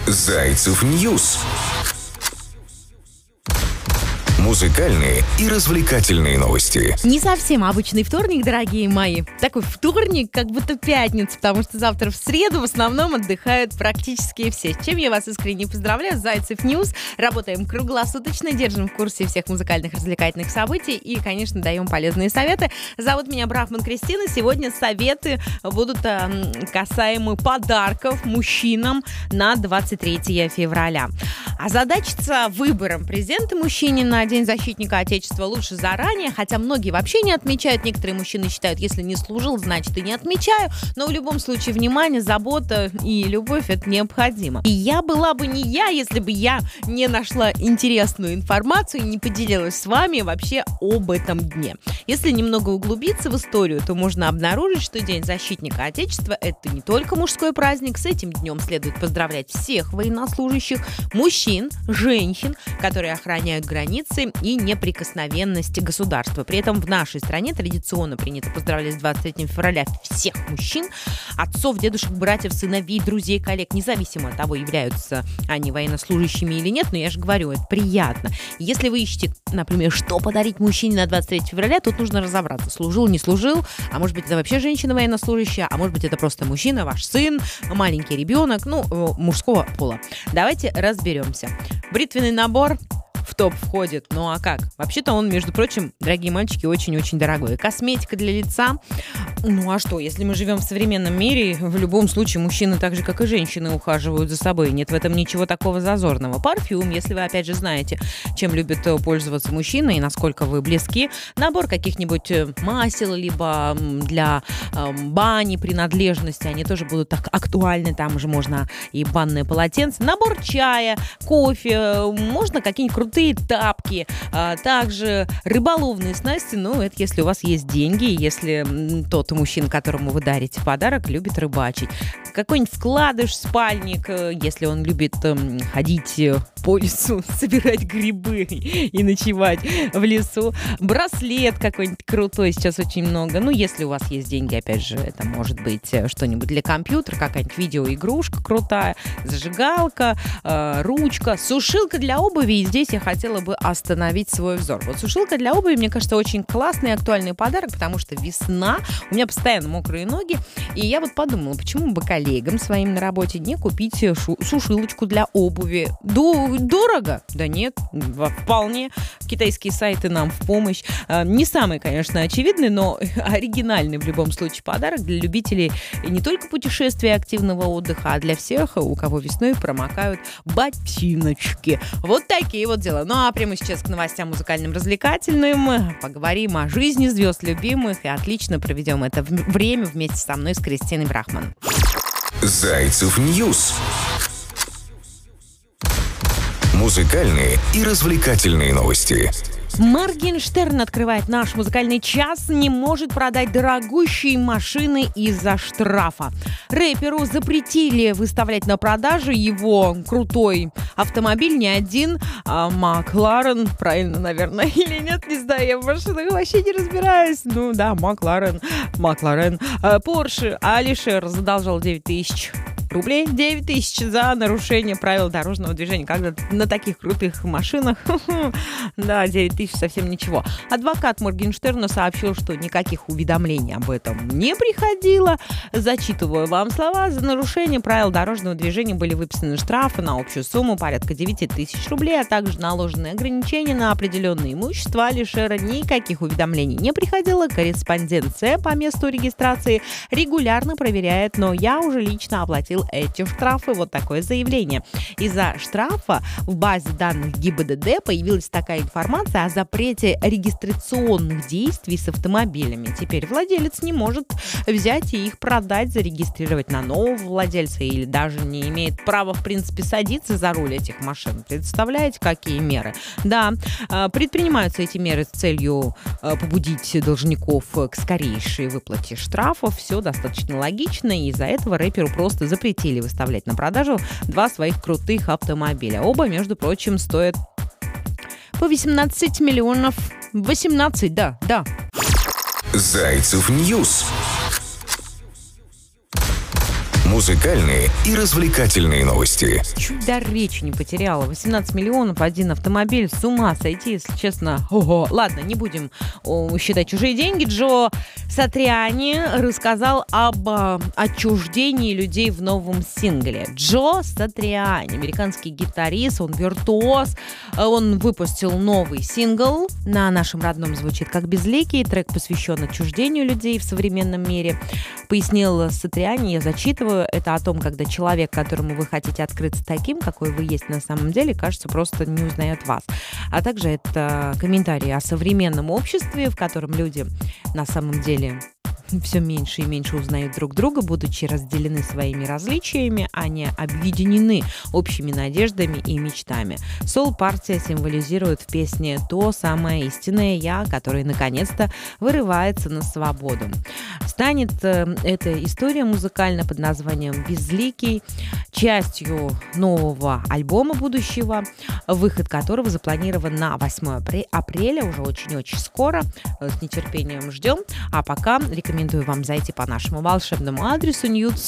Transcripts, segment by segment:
Зайцев Ньюс. Музыкальные и развлекательные новости. Не совсем обычный вторник, дорогие мои. Такой вторник, как будто пятница, потому что завтра в среду в основном отдыхают практически все. С чем я вас искренне поздравляю. Зайцев Ньюс. Работаем круглосуточно, держим в курсе всех музыкальных развлекательных событий и, конечно, даем полезные советы. Зовут меня Брахман Кристина. Сегодня советы будут касаемы подарков мужчинам на 23 февраля. Озадачиться выбором презента мужчине на День защитника Отечества лучше заранее, хотя многие вообще не отмечают. Некоторые мужчины считают, если не служил, значит и не отмечаю. Но в любом случае внимание, забота и любовь — это необходимо. И я была бы не я, если бы я не нашла интересную информацию и не поделилась с вами вообще об этом дне. Если немного углубиться в историю, то можно обнаружить, что День защитника Отечества — это не только мужской праздник. С этим днем следует поздравлять всех военнослужащих, мужчин, женщин, которые охраняют границы и неприкосновенности государства. При этом в нашей стране традиционно принято поздравлять с 23 февраля всех мужчин, отцов, дедушек, братьев, сыновей, друзей, коллег, независимо от того, являются они военнослужащими или нет, но я же говорю, это приятно. Если вы ищете, например, что подарить мужчине на 23 февраля, тут нужно разобраться, служил, не служил, а может быть это вообще женщина военнослужащая, а может быть это просто мужчина, ваш сын, маленький ребенок, мужского пола. Давайте разберемся. Бритвенный набор в топ входит. Ну а как? Вообще-то он, между прочим, дорогие мальчики, очень-очень дорогой. Косметика для лица. Ну а что? Если мы живем в современном мире, в любом случае мужчины так же, как и женщины, ухаживают за собой. Нет в этом ничего такого зазорного. Парфюм, если вы, опять же, знаете, чем любит пользоваться мужчина и насколько вы близки. Набор каких-нибудь масел, либо для бани, принадлежности. Они тоже будут так актуальны. Там же можно и банное полотенце. Набор чая, кофе. Можно какие-нибудь крутые тапки, также рыболовные снасти, это если у вас есть деньги, если тот мужчина, которому вы дарите подарок, любит рыбачить. Какой-нибудь вкладыш, спальник, если он любит ходить по лесу, собирать грибы и ночевать в лесу. Браслет какой-нибудь крутой, сейчас очень много. Если у вас есть деньги, опять же, это может быть что-нибудь для компьютера, какая-нибудь видеоигрушка крутая, зажигалка, ручка, сушилка для обуви. И здесь я хотела бы остановить свой взор. Сушилка для обуви, мне кажется, очень классный и актуальный подарок, потому что весна, у меня постоянно мокрые ноги, и я подумала, почему бы коллегам своим на работе не купить сушилочку для обуви? Дорого? Да нет, вполне. Китайские сайты нам в помощь. Не самый, конечно, очевидный, но оригинальный в любом случае подарок для любителей не только путешествий и активного отдыха, а для всех, у кого весной промокают ботиночки. Вот такие вот дела. А прямо сейчас к новостям музыкальным, развлекательным. Поговорим о жизни звезд любимых и отлично проведем это время вместе со мной, с Кристиной Брахман. Зайцев Ньюс. Музыкальные и развлекательные новости. Моргенштерн открывает наш музыкальный час, не может продать дорогущие машины из-за штрафа. Рэперу запретили выставлять на продажу его крутой автомобиль, не один, а Макларен, правильно, наверное, или нет, не знаю, я в машинах вообще не разбираюсь. Макларен. Порше Алишер задолжал 9 тысяч рублей, 9 тысяч за нарушение правил дорожного движения. Когда на таких крутых машинах, 9 тысяч совсем ничего. Адвокат Моргенштерна сообщил, что никаких уведомлений об этом не приходило. Зачитываю вам слова. За нарушение правил дорожного движения были выписаны штрафы на общую сумму порядка 9 тысяч рублей, а также наложены ограничения на определенное имущество Алишера. Никаких уведомлений не приходило. Корреспонденция по месту регистрации регулярно проверяет, но я уже лично оплатил эти штрафы. Вот такое заявление. Из-за штрафа в базе данных ГИБДД появилась такая информация о запрете регистрационных действий с автомобилями. Теперь владелец не может взять и их продать, зарегистрировать на нового владельца или даже не имеет права, в принципе, садиться за руль этих машин. Представляете, какие меры? Предпринимаются эти меры с целью побудить должников к скорейшей выплате штрафов. Все достаточно логично, и из-за этого рэперу просто запретили выставлять на продажу 2 своих крутых автомобиля. Оба, между прочим, стоят по 18 миллионов. 18, да. Зайцев Ньюс. Музыкальные и развлекательные новости. Чуть до речи не потеряла. 18 миллионов, один автомобиль. С ума сойти, если честно. Ого. Ладно, не будем считать чужие деньги. Джо Сатриани рассказал об отчуждении людей в новом сингле. Джо Сатриани, американский гитарист, он виртуоз. Он выпустил новый сингл. На нашем родном звучит как «Безликий». Трек посвящен отчуждению людей в современном мире. Пояснил Сатриани, я зачитываю. Это о том, когда человек, которому вы хотите открыться таким, какой вы есть на самом деле, кажется, просто не узнает вас. А также это комментарии о современном обществе, в котором люди на самом деле все меньше и меньше узнают друг друга, будучи разделены своими различиями, а не объединены общими надеждами и мечтами. Соул-партия символизирует в песне то самое истинное «я», которое наконец-то вырывается на свободу. Станет эта история музыкальная под названием «Безликий» частью нового альбома будущего, выход которого запланирован на 8 апреля, уже очень-очень скоро. С нетерпением ждем. А пока рекомендую вам зайти по нашему волшебному адресу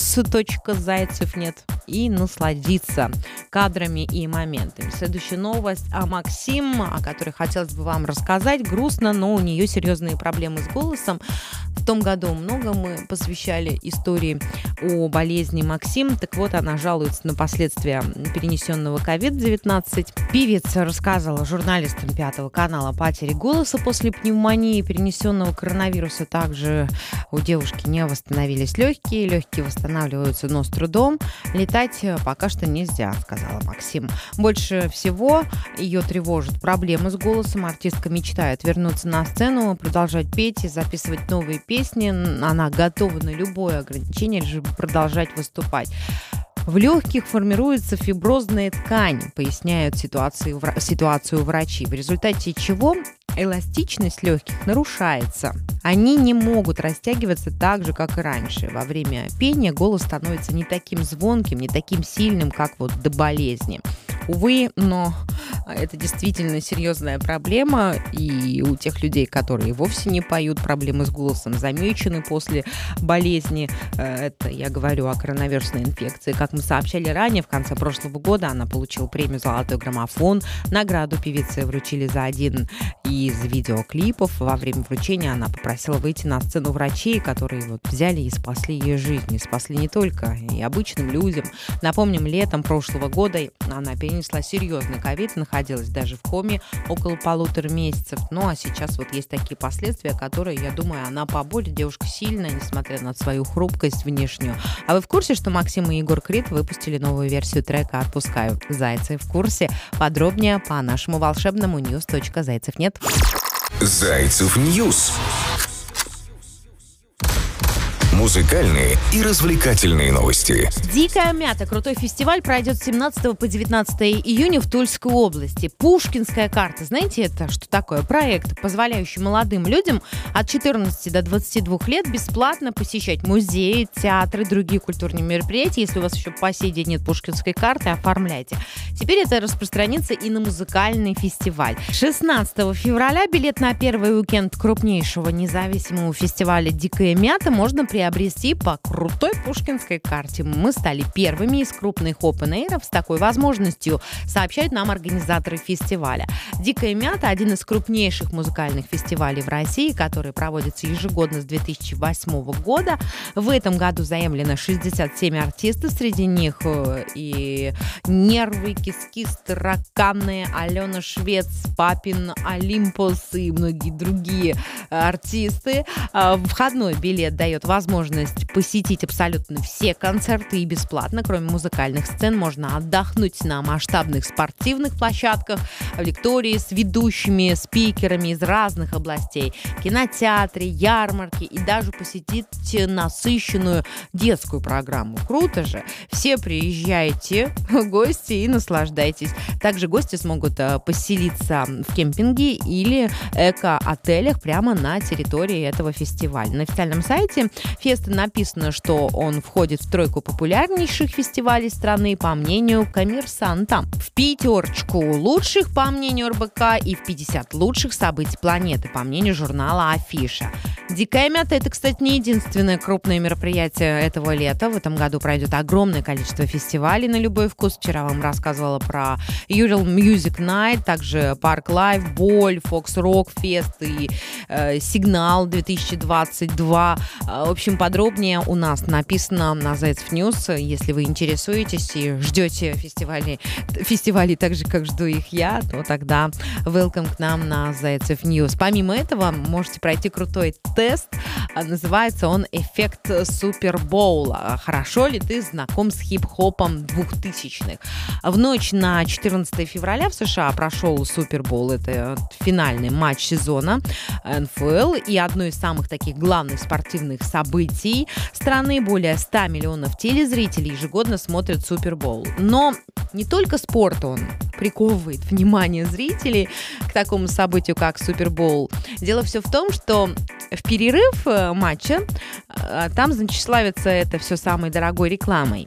news.зайцев.нет и насладиться кадрами и моментами. Следующая новость о Максим, о которой хотелось бы вам рассказать. Грустно, но у нее серьезные проблемы с голосом. В том году много мы посвящали истории о болезни Максим. Так вот, она жалуется на последствия перенесенного COVID-19. Певица рассказывала журналистам Пятого канала о потере голоса после пневмонии, перенесенного коронавируса. Также у девушки не восстановились легкие. Легкие восстанавливаются, но с трудом. Летать пока что нельзя, сказала Максим. Больше всего ее тревожат проблемы с голосом. Артистка мечтает вернуться на сцену, продолжать петь и записывать новые песни. Она готова на любое ограничение, лишь бы продолжать выступать. В легких формируется фиброзная ткань, поясняют ситуацию врачи, в результате чего эластичность легких нарушается. Они не могут растягиваться так же, как и раньше. Во время пения голос становится не таким звонким, не таким сильным, как вот до болезни. Увы, но это действительно серьезная проблема, и у тех людей, которые вовсе не поют, проблемы с голосом замечены после болезни. Это я говорю о коронавирусной инфекции. Как мы сообщали ранее, в конце прошлого года она получила премию «Золотой граммофон». Награду певице вручили за один из видеоклипов. Во время вручения она попросила выйти на сцену врачей, которые вот взяли и спасли ее жизнь. И спасли не только и обычным людям. Напомним, летом прошлого года она перенесла серьезный ковид, находилась даже в коме около 1,5 месяцев. Ну а сейчас вот есть такие последствия, которые, я думаю, она поборет. Девушка сильная, несмотря на свою хрупкость внешнюю. А вы в курсе, что Максим и Егор Крид выпустили новую версию трека «Отпускаю»? Зайцы в курсе. Подробнее по нашему волшебному news.зайцев.нет. Зайцев Ньюс. Музыкальные и развлекательные новости. «Дикая мята» — крутой фестиваль, пройдет с 17 по 19 июня в Тульской области. Пушкинская карта. Знаете, это что такое? Проект, позволяющий молодым людям от 14 до 22 лет бесплатно посещать музеи, театры, другие культурные мероприятия. Если у вас еще по сей день нет пушкинской карты, оформляйте. Теперь это распространится и на музыкальный фестиваль. 16 февраля билет на первый уикенд крупнейшего независимого фестиваля «Дикая мята» можно приобрести по крутой пушкинской карте. Мы стали первыми из крупных open-air'ов с такой возможностью, сообщают нам организаторы фестиваля. «Дикая мята» — один из крупнейших музыкальных фестивалей в России, который проводится ежегодно с 2008 года. В этом году заявлено 67 артистов, среди них и Нервы, Кис-Кис, Тараканы, Алена Швец, Папин Олимпос и многие другие артисты. Входной билет дает возможность посетить абсолютно все концерты и бесплатно. Кроме музыкальных сцен, можно отдохнуть на масштабных спортивных площадках, в лектории с ведущими, спикерами из разных областей, кинотеатре, ярмарке и даже посетить насыщенную детскую программу. Круто же! Все приезжайте, гости, и наслаждайтесь. Также гости смогут поселиться в кемпинге или эко-отелях прямо на территории этого фестиваля. На официальном сайте феста написано, что он входит в тройку популярнейших фестивалей страны, по мнению «Коммерсанта». В пятерочку лучших, по мнению РБК, и в 50 лучших событий планеты, по мнению журнала Афиша. Дикая мята — это, кстати, не единственное крупное мероприятие этого лета. В этом году пройдет огромное количество фестивалей на любой вкус. Вчера вам рассказывала про Ural Music Night, также Парк Лайв, Боль, Фокс Рок Фест и Сигнал 2022. В общем, подробнее у нас написано на Зайцев Ньюс. Если вы интересуетесь и ждете фестивалей так же, как жду их я, то тогда welcome к нам на Зайцев Ньюс. Помимо этого, можете пройти крутой тест. Называется он «Эффект Супербоула». Хорошо ли ты знаком с хип-хопом 2000-х? В ночь на 14 февраля в США прошел Супербоул. Это финальный матч сезона НФЛ и одно из самых таких главных спортивных событий страны. Более 100 миллионов телезрителей ежегодно смотрят Супербоул. Но не только спорт он приковывает внимание зрителей к такому событию, как Супербоул. Дело все в том, что в перерыв матча там, значит, славится это все самой дорогой рекламой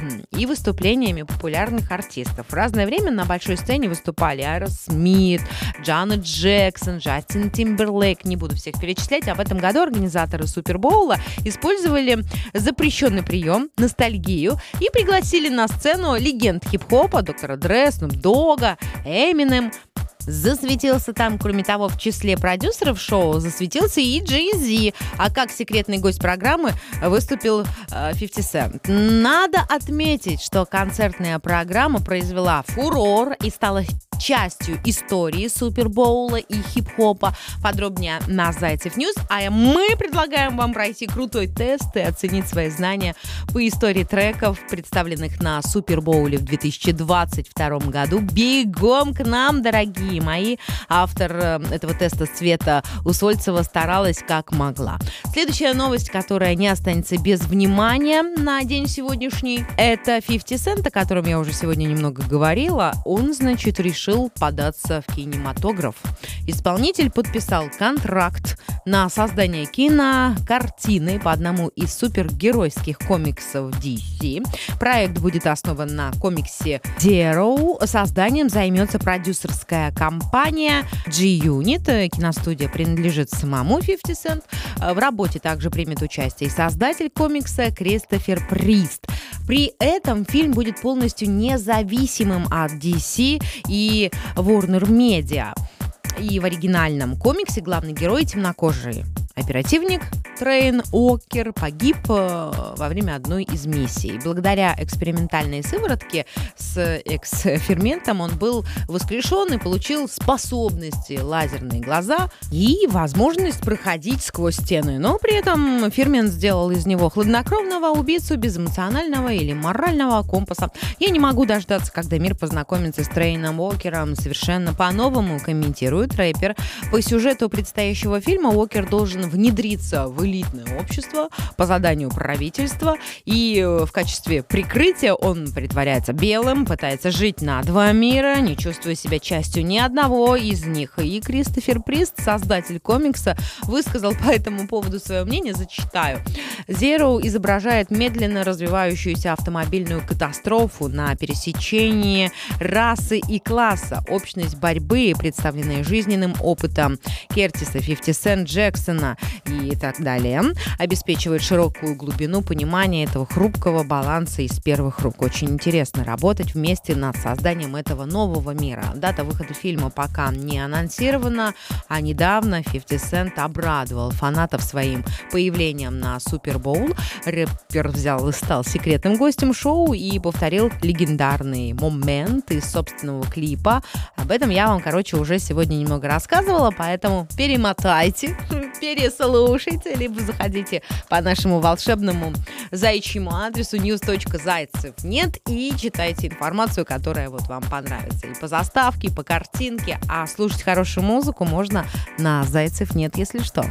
и выступлениями популярных артистов. В разное время на большой сцене выступали Аэросмит, Джанет Джексон, Джастин Тимберлейк. Не буду всех перечислять. А в этом году организаторы Супербоула использовали запрещенный прием, ностальгию, и пригласили на сцену легенд хип-хопа, доктора Дре, Снуп Догга, Эминем. Засветился там, кроме того, в числе продюсеров шоу засветился и Jay-Z. А как секретный гость программы выступил 50 Cent. Надо отметить, что концертная программа произвела фурор и стала частью истории Супербоула и хип-хопа. Подробнее на Зайцев Ньюс. А мы предлагаем вам пройти крутой тест и оценить свои знания по истории треков, представленных на Супербоуле в 2022 году. Бегом к нам, дорогие мои. Автор этого теста Света Усольцева старалась как могла. Следующая новость, которая не останется без внимания на день сегодняшний, это 50 Cent, о котором я уже сегодня немного говорила. Он, значит, решил податься в кинематограф. Исполнитель подписал контракт на создание кинокартины по одному из супергеройских комиксов DC. Проект будет основан на комиксе Zero. Созданием займется продюсерская компания G-Unit. Киностудия принадлежит самому 50 Cent. В работе также примет участие и создатель комикса Кристофер Прист. При этом фильм будет полностью независимым от DC и Warner Media. И в оригинальном комиксе главный герой темнокожий оперативник Трейн Уокер погиб во время одной из миссий. Благодаря экспериментальной сыворотке с экс-ферментом он был воскрешен и получил способности лазерные глаза и возможность проходить сквозь стены. Но при этом фермент сделал из него хладнокровного убийцу без эмоционального или морального компаса. Я не могу дождаться, когда мир познакомится с Трейном Уокером совершенно по-новому, комментирует рэпер. По сюжету предстоящего фильма Уокер должен внедриться в элитное общество по заданию правительства, и в качестве прикрытия он притворяется белым, пытается жить на два мира, не чувствуя себя частью ни одного из них. И Кристофер Прист, создатель комикса, высказал по этому поводу свое мнение, зачитаю. Zero изображает медленно развивающуюся автомобильную катастрофу на пересечении расы и класса, общность борьбы, представленной жизненным опытом Кертиса, 50 Cent, Джексона и так далее, обеспечивает широкую глубину понимания этого хрупкого баланса из первых рук. Очень интересно работать вместе над созданием этого нового мира. Дата выхода фильма пока не анонсирована, а недавно 50 Cent обрадовал фанатов своим появлением на Супербоул. Рэпер взял и стал секретным гостем шоу и повторил легендарный момент из собственного клипа. Об этом я вам, уже сегодня немного рассказывала, поэтому перемотайте, переслушайте, либо заходите по нашему волшебному заячьему адресу news.зайцев.нет и читайте информацию, которая вам понравится. И по заставке, и по картинке. А слушать хорошую музыку можно на Зайцев.нет, если что.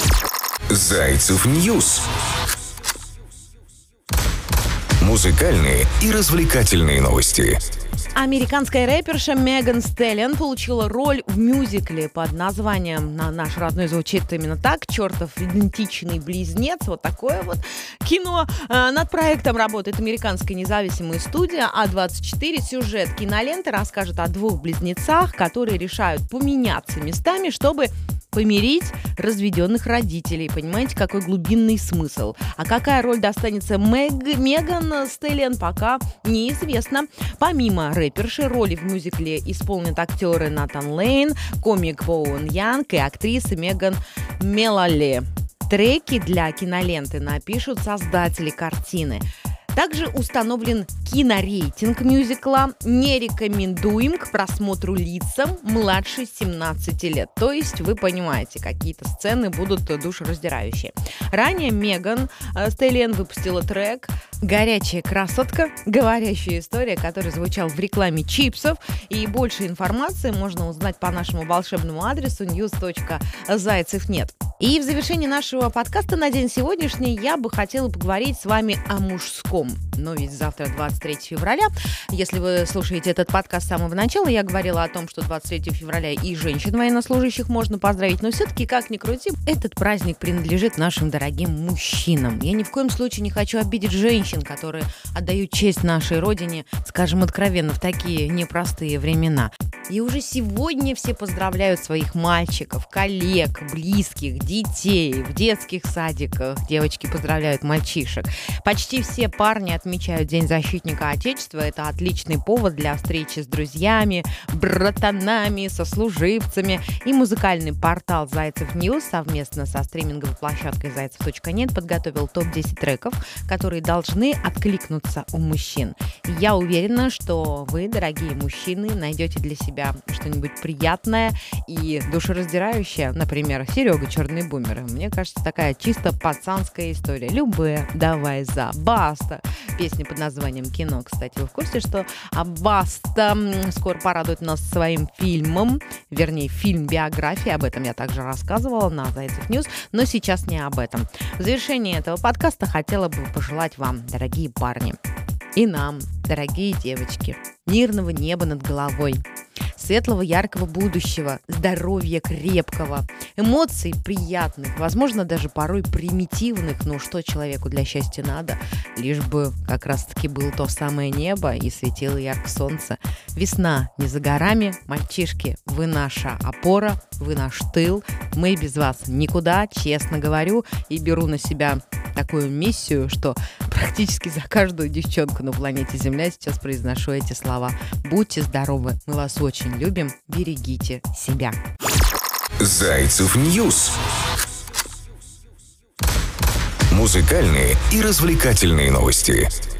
Зайцев Ньюс. Музыкальные и развлекательные новости. Американская рэперша Меган Стэллион получила роль в мюзикле под названием, на наш родной звучит именно так, «Чертов идентичный близнец». Вот такое вот кино. Над проектом работает американская независимая студия А24. Сюжет киноленты расскажет о двух близнецах, которые решают поменяться местами, чтобы помирить разведенных родителей. Понимаете, какой глубинный смысл. А какая роль достанется Меган Стэллион, пока неизвестно. Помимо рэперши, роли в мюзикле исполнят актеры Натан Лейн, комик Боуэн Янг и актриса Меган Мелале. Треки для киноленты напишут создатели картины. Также установлен кинорейтинг мюзикла. Не рекомендуем к просмотру лицам младше 17 лет. То есть, вы понимаете, какие-то сцены будут душераздирающие. Ранее Меган Стэллион выпустила трек «Горячая красотка», говорящая история, который звучал в рекламе чипсов. И больше информации можно узнать по нашему волшебному адресу news.зайцев.нет. И в завершении нашего подкаста на день сегодняшний я бы хотела поговорить с вами о мужском. Но ведь завтра 23 февраля. Если вы слушаете этот подкаст с самого начала, я говорила о том, что 23 февраля и женщин военнослужащих можно поздравить. Но все-таки, как ни крути, этот праздник принадлежит нашим дорогим мужчинам. Я ни в коем случае не хочу обидеть женщин, которые отдают честь нашей родине, скажем откровенно, в такие непростые времена. И уже сегодня все поздравляют своих мальчиков, коллег, близких, детей в детских садиках. Девочки поздравляют мальчишек. Почти все парни отмечают День защитника Отечества. Это отличный повод для встречи с друзьями, братанами, сослуживцами. И музыкальный портал Зайцев Ньюс совместно со стриминговой площадкой Зайцев.нет подготовил топ-10 треков, которые должны откликнуться у мужчин. И я уверена, что вы, дорогие мужчины, найдете для себя что-нибудь приятное и душераздирающее. Например, Серега «Черный бумер». Мне кажется, такая чисто пацанская история. Любэ, давай за, Баста. Песня под названием «Кино». Кстати, вы в курсе, что Баста скоро порадует нас своим фильмом, вернее, фильм-биография. Об этом я также рассказывала на Зайцев Ньюс, но сейчас не об этом. В завершении этого подкаста хотела бы пожелать вам, дорогие парни, и нам, дорогие девочки, мирного неба над головой, светлого, яркого будущего, здоровья крепкого, эмоций приятных, возможно, даже порой примитивных, но что человеку для счастья надо, лишь бы как раз-таки было то самое небо и светило ярко солнце. Весна не за горами, мальчишки, вы наша опора, вы наш тыл, мы без вас никуда, честно говорю, и беру на себя такую миссию, что практически за каждую девчонку на планете Земля сейчас произношу эти слова. Будьте здоровы, мы вас очень любим, берегите себя. Зайцев Ньюс. Музыкальные и развлекательные новости.